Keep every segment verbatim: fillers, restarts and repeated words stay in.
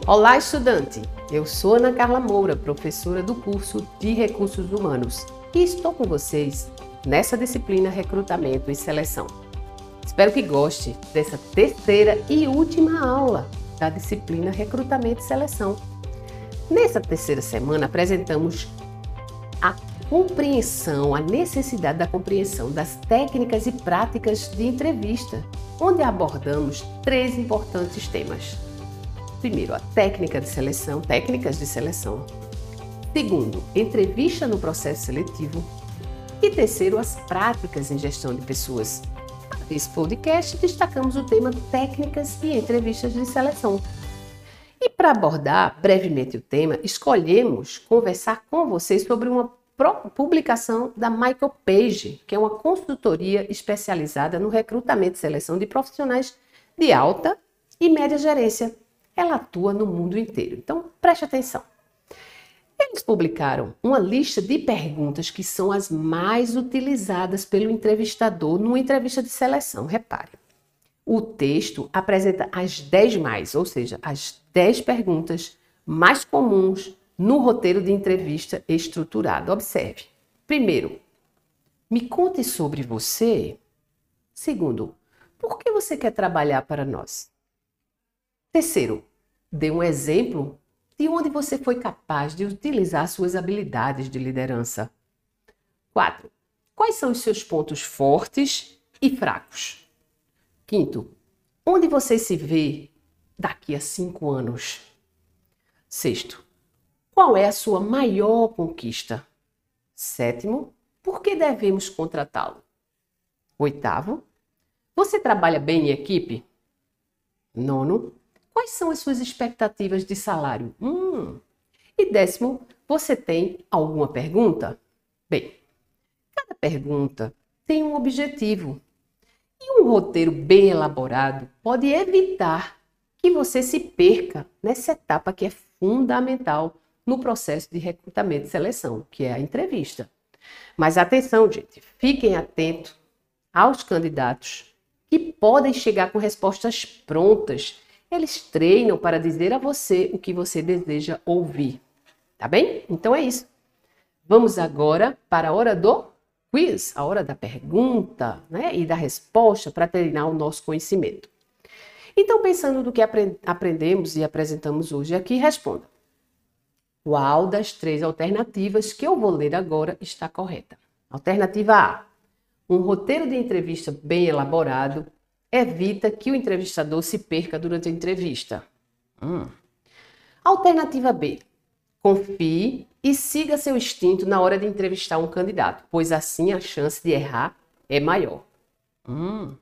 Olá, estudante! Eu sou Ana Carla Moura, professora do curso de Recursos Humanos, e estou com vocês nessa disciplina Recrutamento e Seleção. Espero que goste dessa terceira e última aula da disciplina Recrutamento e Seleção. Nessa terceira semana, apresentamos a compreensão, a necessidade da compreensão das técnicas e práticas de entrevista, onde abordamos três importantes temas. Primeiro, a técnica de seleção, técnicas de seleção. Segundo, entrevista no processo seletivo. E terceiro, as práticas em gestão de pessoas. Nesse podcast, destacamos o tema técnicas e entrevistas de seleção. E para abordar brevemente o tema, escolhemos conversar com vocês sobre uma publicação da Michael Page, que é uma consultoria especializada no recrutamento e seleção de profissionais de alta e média gerência. Ela atua no mundo inteiro, então preste atenção. Eles publicaram uma lista de perguntas que são as mais utilizadas pelo entrevistador numa entrevista de seleção. Repare, o texto apresenta as dez mais, ou seja, as dez perguntas mais comuns no roteiro de entrevista estruturado. Observe. Primeiro, me conte sobre você. Segundo, por que você quer trabalhar para nós? Terceiro, dê um exemplo de onde você foi capaz de utilizar suas habilidades de liderança. Quatro, quais são os seus pontos fortes e fracos? Quinto, onde você se vê daqui a cinco anos? Sexto, qual é a sua maior conquista? Sétimo, por que devemos contratá-lo? Oitavo, você trabalha bem em equipe? Nono, quais são as suas expectativas de salário? Hum. E décimo, você tem alguma pergunta? Bem, cada pergunta tem um objetivo. E um roteiro bem elaborado pode evitar que você se perca nessa etapa que é fundamental no processo de recrutamento e seleção, que é a entrevista. Mas atenção, gente, fiquem atentos aos candidatos que podem chegar com respostas prontas. Eles treinam para dizer a você o que você deseja ouvir. Tá bem? Então é isso. Vamos agora para a hora do quiz, a hora da pergunta, né, e da resposta para treinar o nosso conhecimento. Então, pensando no que aprendemos e apresentamos hoje aqui, responda. Qual das três alternativas que eu vou ler agora está correta? Alternativa A. Um roteiro de entrevista bem elaborado evita que o entrevistador se perca durante a entrevista. Hum. Alternativa B. Confie e siga seu instinto na hora de entrevistar um candidato, pois assim a chance de errar é maior. Hum.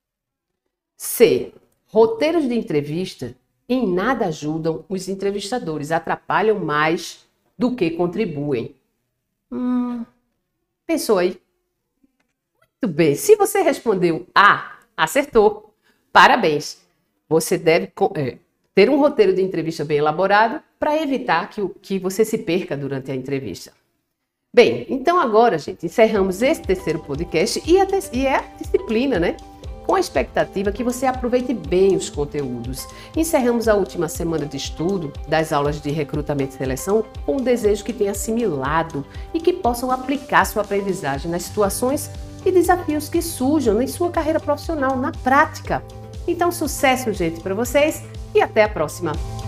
C. Roteiros de entrevista em nada ajudam os entrevistadores, atrapalham mais do que contribuem. Hum. Pensou aí? Muito bem. Se você respondeu A, acertou. Parabéns! Você deve é, ter um roteiro de entrevista bem elaborado para evitar que, que você se perca durante a entrevista. Bem, então agora, gente, encerramos esse terceiro podcast e a, e a disciplina, né? Com a expectativa que você aproveite bem os conteúdos. Encerramos a última semana de estudo das aulas de recrutamento e seleção com o desejo que tenha assimilado e que possam aplicar sua aprendizagem nas situações e desafios que surjam em sua carreira profissional na prática. Então, sucesso, gente, para vocês e até a próxima!